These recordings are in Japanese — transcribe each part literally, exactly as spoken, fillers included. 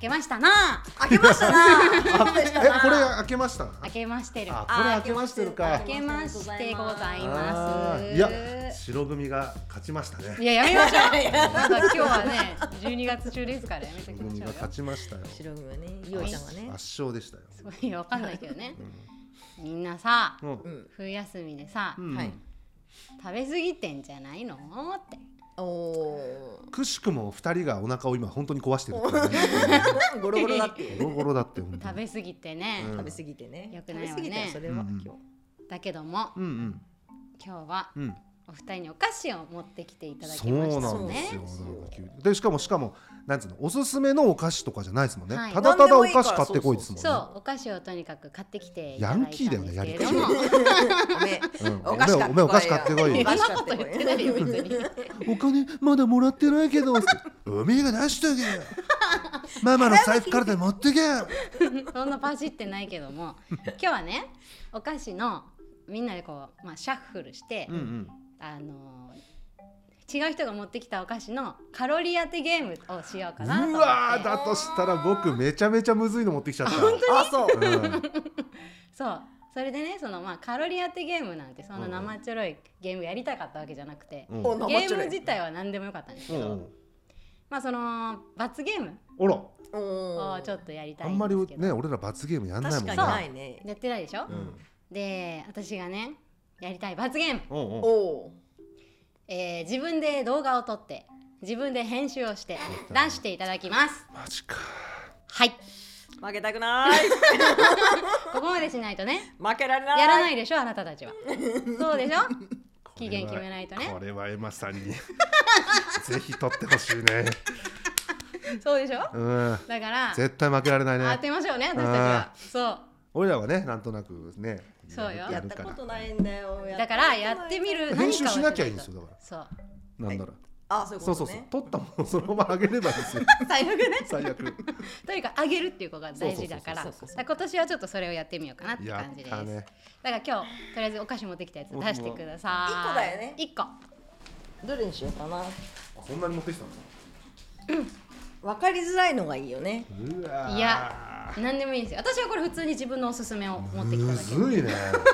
けましたな開けましたなえ、これ開けました開けましてるあ、これ開けましてるか開けましてございますいや、白組が勝ちましたね。 いや、やめましょうまだ今日はね、じゅうにがつ中ですからやめてください。 白組が勝ちましたよ。 白組はね、いおちゃんがね圧勝でしたよ。 そういうわかんないけどね、うん、みんなさ、 うん、 冬休みでさ、 うん、 はい、食べ過ぎてんじゃないのっておくしくも二人がお腹を今本当に壊してるって、ね、 ゴロゴロだってゴロゴロだって本当に食べ過ぎてね、 うん、食べ過ぎてねよくないわね。 食べ過ぎたよそれは、うんうん、今日だけども、うんうん、今日は、うんお二人にお菓子を持ってきていただきましたね。 そうなんですよ。でしかもしかもなんつうのおすすめのお菓子とかじゃないですもんね。はい、ただただお菓子買ってこいですもんね。 そうお菓子をとにかく買ってきていただヤンいたんですけれども。 キーだよねやり方。 おめお菓子買ってこい。 おめお菓子買ってこい。 そんなこと言ってないよ別に。 お金まだもらってないけど。おめえが出しとけよ。ママの財布からで持ってけ。 そんなパシってないけども、今日はねお菓子のみんなでこうまあシャッフルして。うんうんあのー、違う人が持ってきたお菓子のカロリー当てゲームをしようかなと思って。 うわーだとしたら僕めちゃめちゃむずいの持ってきちゃった。 本当にあそう、うん、 そうそれでねその、まあ、カロリー当てゲームなんてそんな生ちょろいゲームやりたかったわけじゃなくて、うん、ゲーム自体は何でもよかったんですけど、うん、まあその罰ゲームをちょっとやりたいんですけど、 あんまりね俺ら罰ゲームやんないもんね。 確かにないね。 やってないでしょ、うん、で私がねやりたい罰ゲームおうおう、 えー、自分で動画を撮って自分で編集をして出していただきます。 マジか。 はい負けたくないここまでしないとね負けられないやらないでしょあなたたちはそうでしょ期限決めないとね。 これはエマさんにぜひ撮ってほしいねそうでしょ、うん、だから絶対負けられないね。 当てましょうね私たちは。そう俺らはねなんとなくねそうよやったことないんだよ。 だからやってみる編集しなきゃいいんですよ。だからそうなんだら、 はい、あそういうことね。 そうそうそう撮ったものをそのままあげればいいですよ最悪ね最悪とにかくあげるっていうことが大事だから今年はちょっとそれをやってみようかなって感じです。やったね。だから今日とりあえずお菓子持ってきたやつ出してください。 いっこだよね。 いっこどれにしようかな。 そんなに持ってきたの？ うん分かりづらいのがいいよね。 うわいや何でもいいですよ。私はこれ普通に自分のおすすめを持ってきただけ。 むずいね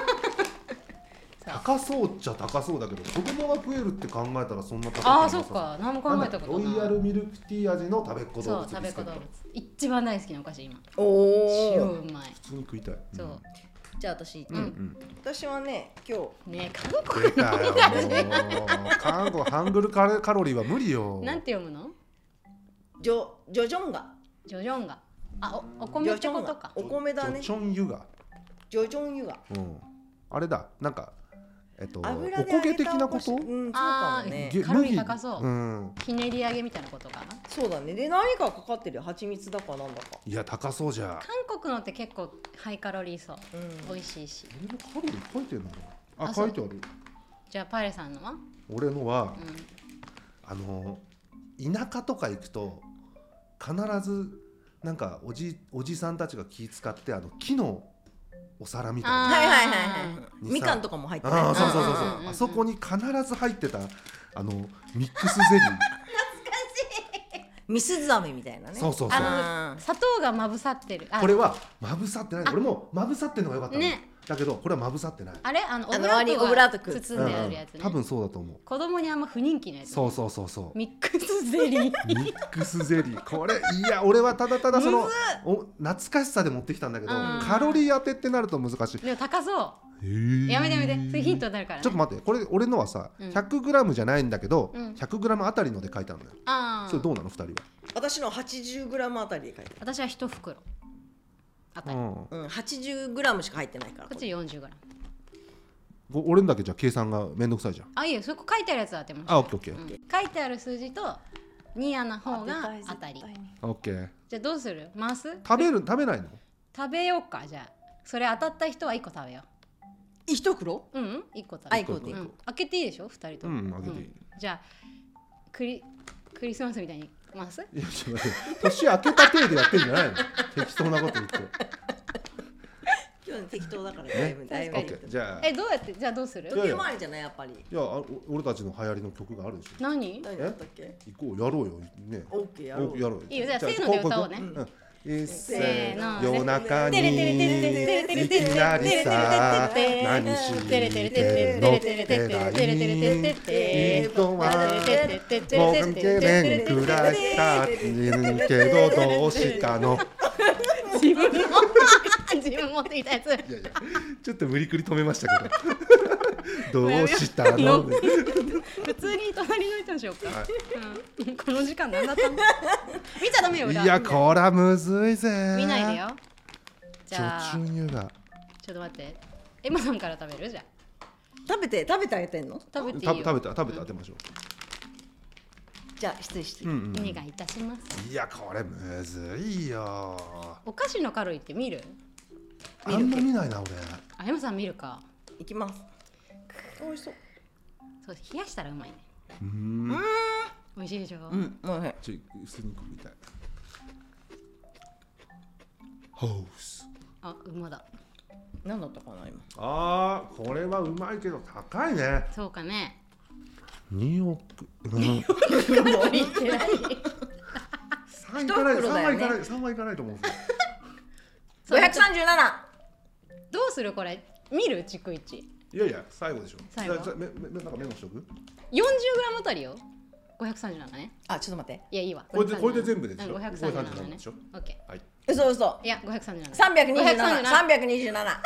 高そうっちゃ高そうだけど子供が増えるって考えたらそんな高くない。 ああそっか何も考えたことない。 ロイヤルミルクティー味の食べっ子動物。 そう食べっ子動物一番大好きなお菓子今。 おお超うまい。 普通に食いたい。 そう、うん、 じゃあ私、うんうん、私はね今日ね韓国みたい韓国ハングルカロリーは無理よ。 なんて読むの？ ジョジョジョンガジョジョンガあおお米ってことか。 お米だね。 ジョチョンユガジョジョンユガ、 うん、あれだなんかえっと、おこげ的なこと？ うん、そうかもね。 カロリー高そう、 うん、 ひねり揚げみたいなことかな。 そうだね。で何かかかってるよ。蜂蜜だかなんだか。 いや高そうじゃ。 韓国のって結構ハイカロリーそう、うん、美味しいし。 俺のカロリー書いてるのかな。あ、書いてある。 じゃあパレさんのは？ 俺のは、 うん、 あの田舎とか行くと必ずなんかおじおじさんたちが気使ってあの木のお皿みたいな、 はいはいはいはい、みかんとかも入ってる。 ああそうそうそうそう、うんうん、あそこに必ず入ってたあのミックスゼリー。懐かしい。ミスズ飴みたいなね。 そうそうそう。 あの砂糖がまぶさってる。 これはまぶさってない。俺もまぶさってるのが良かったの、ね、だけどこれはまぶさってない。 あれあのオブラートが包んであるやつね、 うん、多分そうだと思う。 子供にあんま不人気のやつ、ね、 そうそうそうそう。 ミックスゼリーミックスゼリーこれいや俺はただただそのお懐かしさで持ってきたんだけど、カロリー当てってなると難しい。 でも高そう。 ーやめてやめてそれヒントになるから、ね、 ちょっと待ってこれ俺のはさ、うん、ひゃくグラム じゃないんだけど、うん、ひゃくグラム あたりので書いてあるんだよ。 あそれどうなのふたりは。 私の はちじゅうグラム あたりで書いてある。 私は一袋あたり、 うんうん、はちじゅうグラム しか入ってないから。 こっち よんじゅうグラム。 俺のだけじゃ計算がめんどくさいじゃん。 あいいよそこ書いてあるやつは当てましょう。 あオッケーオッケー、 うん、書いてある数字とにやの方が当たり。 オッケー。 じゃあどうする回す？ 食べる食べないの？ 食べようか。じゃあそれ当たった人はいっこ食べよう。 一袋？ うん、いっこ食べよう。 うん、 開けていいでしょふたりとも。 うん開けていい、うん、 じゃあクリクリスマスみたいに回す？ いやちょっと待って年明けた体でやってんじゃないの適当なこと言って適当だからだいぶだいぶ。 オッケーじゃあえどうやってじゃあどうする？ 時計回りじゃないやっぱり。 いやあ俺たちの流行りの曲があるでしょ。 何？ 何だったっけ？ 行こうやろうよね。 オッケーやろう。 やろう。 いいよじゃあせーので歌おうね。 いっせせーの夜中にいきなりさ何してんのってない人はもうけめんくらったけどどうしたの自分の自分持ってきたやつ。 いやいやちょっと無理くり止めましたけどどうしたの普通に隣の人にしようか、はいうん、この時間何だったの見ちゃダメよ。 いやこらむずいぜ。 見ないでよ。じゃあ女中乳がちょっと待ってエマさんから食べる？じゃあ食べて食べてあげてんの？ 食べていいよ。 食べた食べた当てましょう。 じゃあ失礼して、 うんうん、 お願いいたします。 いやこれむずいよ。 お菓子のカロリーって見る？ あんま見ないな俺。 あエマさん見るか。 いきます。美味しそう。 そう冷やしたらうまいね。 うーん美味しいでしょ。 うん、おいしい。 ちょ普通に食いたい。ホース。 あうまだ。 何だったかな今。 あーこれはうまいけど高いね。 そうかね。 におく。におく。もう言ってない。 三いかない三はいかない三はいかないと思うんですよ。 五百三十七。 どうするこれ見る逐一。 いやいや最後でしょ。 最後。 めめなんかメモしとく。 よんじゅうグラムあたりよ。ごひゃくさんじゅうななね。 あちょっと待って。 いやいいわ。 これでこれで全部でしょ。 ごひゃくさんじゅうななね。 でしょ。 オッケー。 はい。 嘘嘘。 いやごひゃくさんじゅうなな。 三百二十七。三百二十七。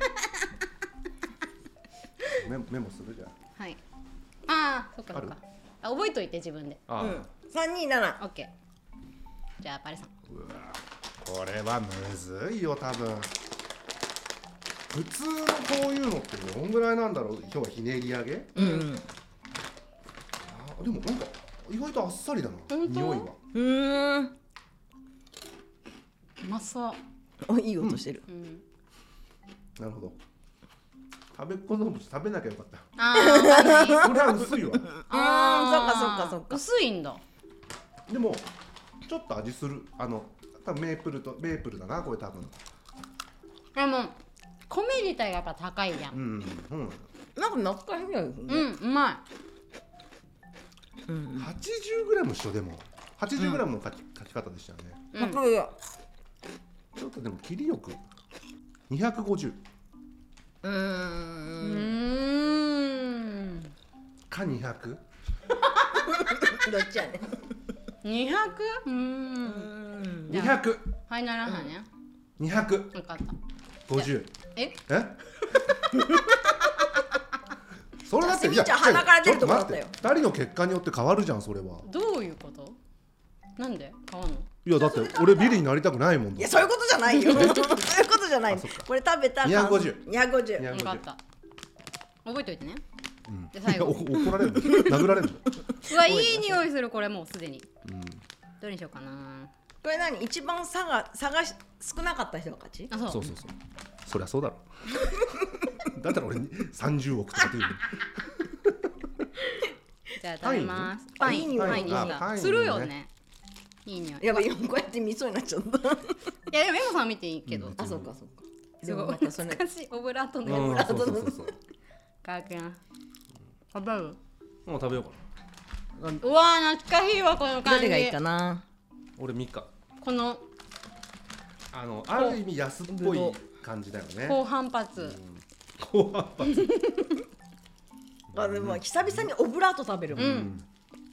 メメモするじゃん。 はい。ああそっかそっか。あ覚えといて自分で。 あ、 うん。三二七。 オッケー。じゃあパレさん。 うわこれはむずいよ多分。普通のこういうのってどんぐらいなんだろう。今日はひねり上げ。 うん、うん、 あでもなんか意外とあっさりだな。 本当？ 匂いは。 うーん。 うまそう。 おいい音してる。 うん。 なるほど。食べっこの食べなきゃよかった。 ああ。 これは薄いわ。 ああそっかそっかそっか。 薄いんだ。 でもちょっと味する。あの多分メープルとメープルだなこれ多分。 でも米自体がやっぱ高いじゃん。 うんうん。 なんか懐かしいよね。 うんうまい。 うん。 はちじゅうグラム一緒でもはちじゅうグラムの書き書き方でしたよね。 うん。 ちょっとでも切りよくにひゃくごじゅう。 うーん。 うーん。 かにひゃく。 どっちやね。 にひゃく？うーん。 にひゃく。 ファイナルアンサーね。 にひゃく。 分かった。 ごじゅう。 え？ え？それだっていや鼻から出るとこだったよ。 ふたりの結果によって変わるじゃんそれは。 どういうこと？なんで変わんの？ いやだって俺ビリになりたくないもんだ。 いやそういうことじゃないよ。そういうことじゃない。これ食べたにひゃくごじゅう。 にひゃくごじゅう。 分かった。覚えといてね。 うん、 で最後怒られるの殴られるの。 うわいい匂いするこれもうすでに。 うん、 どれにしようかな。 これ何一番差が差が少なかった人が勝ち？ あそう。 そうそうそう。そりゃそうだろ。だったら俺さんじゅうおくとかって言うの。 じゃあ食べます。パインいい匂いパインにした。するよね。いい匂い。 やばいこうやって味噌になっちゃった。 いやでもエモさん見ていいけど。 あそうかそうか。 すごい難しいオブラートのうん、 やつ。 そうそうそうそう。 かーくん。食べる？ もう食べようかな。 うわー懐かしいわこの感じ。 どれがいいかな。 俺ミカ。 このあのある意味安っぽい感じだよね。 高反発。 高反発。 あでも久々にオブラート食べるもん。 うん。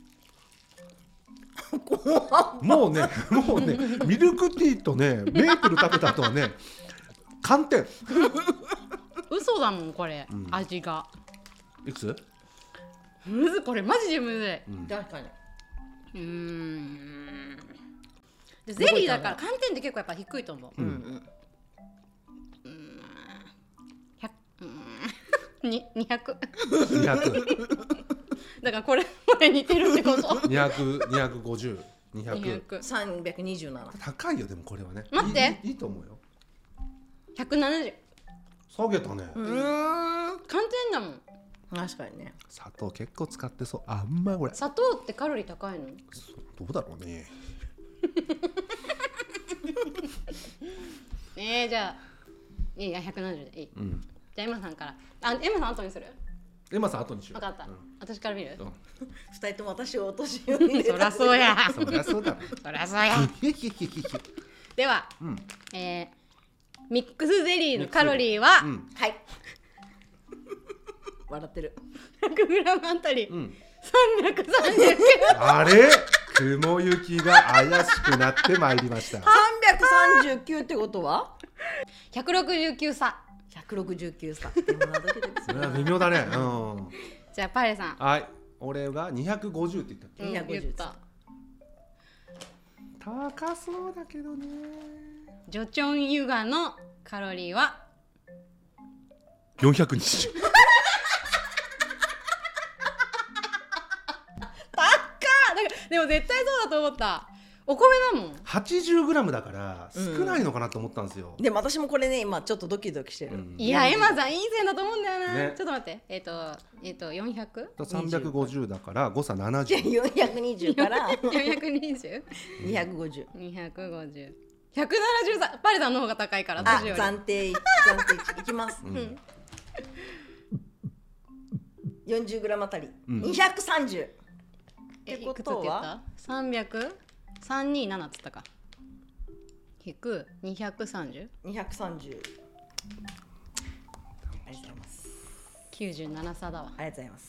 もうねもうねミルクティーとねメープル食べた後はね寒天。 嘘だもんこれ、 うん、 味が。 いくつ？ むずこれマジでむずい。 うん、確かに。 うーん。でゼリーだから寒天って結構やっぱ低いと思う。 うん。 うん。百うんに二百。 二百。 だからこれこれ似てるってこと。 二百二百五十二百。 三百二十七。 高いよでもこれはね。 待って。 いいいいと思うよ。 百七十。 下げたね。 うーん。 寒天だもん。 確かにね。 砂糖結構使ってそう。あんまこれ。 砂糖ってカロリー高いの？ どうだろうね。 えー、じゃあいいやひゃくななじゅうでいい、 うん、 じゃあエマさんからあエマさん後にするエマさん後にしよう。 分かった、うん、私から見る、うん、 ふたりとも私を落としようにそりゃそうやそりゃそうだそりゃそうやでは、うん、えー、ミックスゼリーのカロリーは、うん、 はい笑ってるひゃくグラム あたり、うん、さんびゃくさんじゅうきゅうあれ雲行きが怪しくなってまいりました。 さんびゃくさんじゅうきゅうってことはひゃくろくじゅうきゅう差ひゃくろくじゅうきゅう差っていうのはドキドキする微妙だね、うん、 じゃあパレさん。 はい、俺がにひゃくごじゅうって言ったっけ、 うん、にひゃくごじゅう言った高そうだけどね。 ジョチョンユガのカロリーはよんひゃくにじゅう高っ。でも絶対そうだと思った。お米だもん。 はちじゅうグラムだから少ないのかなと思ったんですよ、 うん、でも私もこれね今ちょっとドキドキしてる、うん、 いやエマさんいい線だと思うんだよな、ね、ちょっと待ってえっ、ー、とえっ、ー、と よんひゃく? さんびゃくごじゅうだから誤差ななじゅうよんひゃくにじゅうからよんひゃくにじゅうにひゃくごじゅうにひゃくごじゅうひゃくななじゅうさパレさんの方が高いからあ暫定暫定いきます、うん、よんじゅうグラム あたり、うん、にひゃくさんじゅうってことはさんびゃくさんびゃくにじゅうななっつったか引くにひゃくさんじゅうにひゃくさんじゅうありがとうございますきゅうじゅうなな差だわ。 ありがとうございます。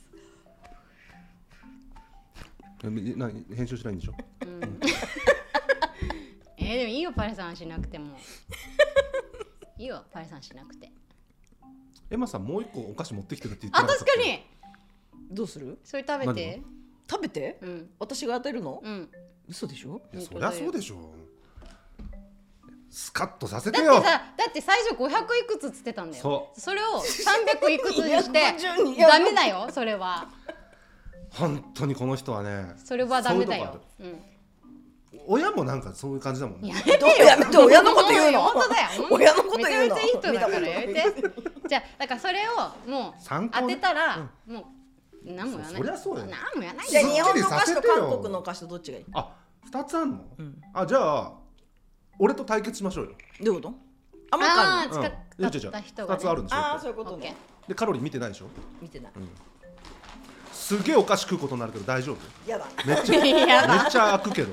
な編集しないんでしょ、うん、 えー、でもいいよパレさんしなくてもいいよパレさんしなくて。 エマさんもう一個お菓子持ってきてるって言ってなかったっけ。 あ確かにどうするそれ食べて食べて、うん、私が当てるの、うん、嘘でしょ。 いやそりゃそうでしょ。スカッとさせてよ。 だってさだって最初ごひゃくいくつつってたんだよ。 そ, それをさんびゃくいくつにしてダメだよそれは。 本当にこの人はねそれはダメだよ。うう、うん、 親もなんかそういう感じだもんね。 やめてよやめて親のこと言うの。 本当だよ親のこと言うの。 めちゃめちゃいい人だからやめてじゃあだからそれをもう当てたら、うん、もう何もやらない。 そりゃそうよ。 何もやらない。 じゃあ日本のお菓子と韓国のお菓子とどっちがいい。 あふたつあんの、うん、あじゃあ俺と対決しましょうよ。 どういうこと。あもうあー使った人が、ね、 ふたつあるんでしょ。 あそういうことね。 でカロリー見てないでしょ。 見てない、うん、 すげえお菓子食うことになるけど大丈夫。 やだめっちゃめっちゃ開くけど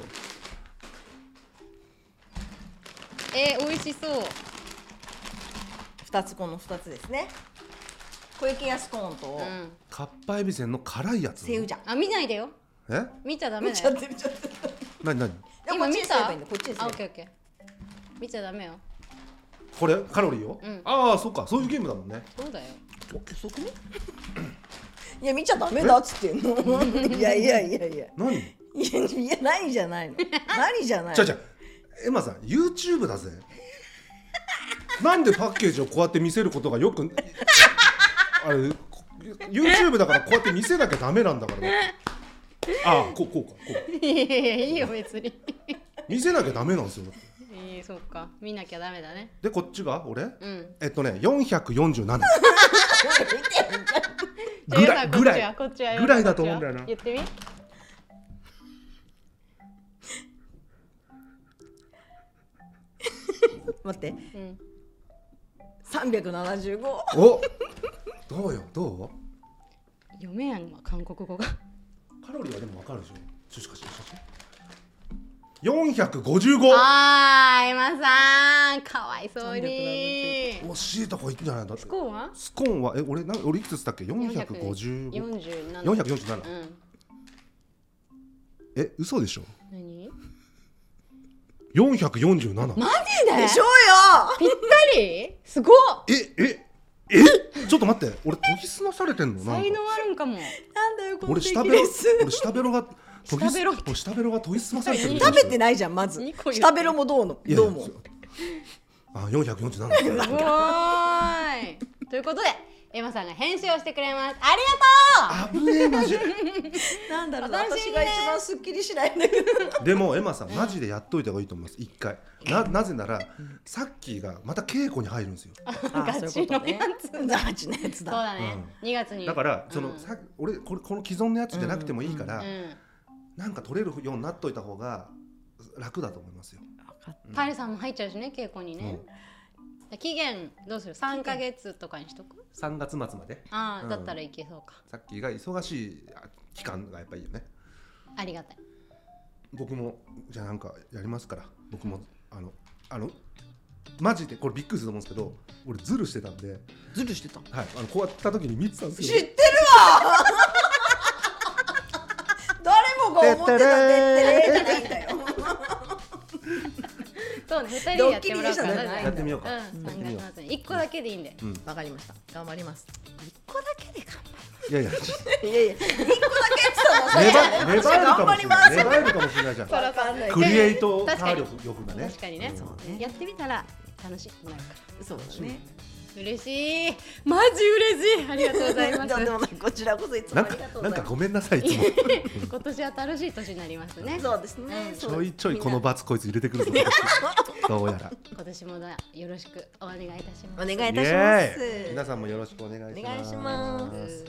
えー、美味しそう。 ふたつこのふたつですね。小池康コーンと、うん、 かっぱえびせんの辛いやつ。 セウジャン。 あ見ないでよ。 え見ちゃダメだよ。 見ちゃってるちゃってる。 何何今見た。 こっちです。 あオッケーオッケー。見ちゃダメよ。 これカロリーを、うん、ああそうかそういうゲームだもんね。 そうだよ。 遅くねいや見ちゃダメだっつってんのいやいやいやいや何。いやいや何じゃないの何じゃないの。 じゃじゃエマさん YouTube だぜなんでパッケージをこうやって見せることがよくあれ YouTube だからこうやって見せなきゃダメなんだからああこうこうかこういやいやいいよ別に見せなきゃダメなんですよ。 えー、そっか見なきゃダメだね。 でこっちが俺、うん、えっとねよんひゃくよんじゅうななぐらいぐらいぐらいだと思うんだよな。 言ってみ。 待って、うん、さんびゃくななじゅうご。 おどうよどう読めやんわ韓国語が。 カロリーはでも分かるでしょ。しかししかしよんひゃくごじゅうご。 あーエマさんかわいそうに。 惜しいとこ行くんじゃないんだって。 スコーンはスコーンはえ俺な俺いくつつったっけ。よんひゃくごじゅうご よんひゃくよんじゅうなな、よんひゃくよんじゅうなな、うん、え嘘でしょ。 何よんひゃくよんじゅうなな。 マジででしょうよ。 ぴったりすごっ。 えええちょっと待って俺研ぎ澄まされてんの。 才能あるんかも。 なんだよこの俺下ベロ俺下ベロが下ベロ下ベロが研ぎ澄まされてる。 食べてないじゃんまず。下ベロもどうのどうも。 あよんひゃくよんじゅうなな。すごーい。ということでエマさんが編集をしてくれます。ありがとう。 危ねえマジなんだろうな私が一番すっきりしないんだけどでもエマさんマジでやっといた方がいいと思います一回。 な, なぜならさっきがまた稽古に入るんですよ。 ガチのやつだ。 ガチのやつだ。 そうだね、うん、にがつにだからその、うん、さ俺これこの既存のやつじゃなくてもいいから、うんうん、なんか取れるようになっといた方が楽だと思いますよ。 うん、パイルさんも入っちゃうしね稽古にね、 期限どうする？さんかげつとかにしとく？ さんがつまつまで。 ああ、だったらいけそうか。 さっきが忙しい期間がやっぱりいいよね。 ありがたい。 僕もじゃあなんかやりますから。僕もあのあのマジでこれびっくりすると思うんですけど、俺ズルしてたんで。 ズルしてた。 はい。あのこうやった時に見てたんですよ。 よ。 知ってるわ。誰もが思ってたてってれじゃないんだよ。 そうね、ふたりでやってもらうから。 やってみようか。 いっこだけでいいんで。 わかりました。頑張ります。 いっこだけで頑張ります。 いやいやいやいや、いっこだけって言ったの。 粘るかもしれない。粘るかもしれないじゃん。クリエイト力力がね。 確かにね。やってみたら楽しくなるから。 そうだね。 嬉しい、マジ嬉しい、ありがとうございます。 でもこちらこそいつもありがとうございます。 なんかごめんなさい、いつも。 今年は楽しい年になりますね。 そうですね。 ちょいちょいこの罰こいつ入れてくるぞ。どうやら。 今年もよろしくお願いいたします。 お願いいたします。 皆さんもよろしくお願いします。 お願いします。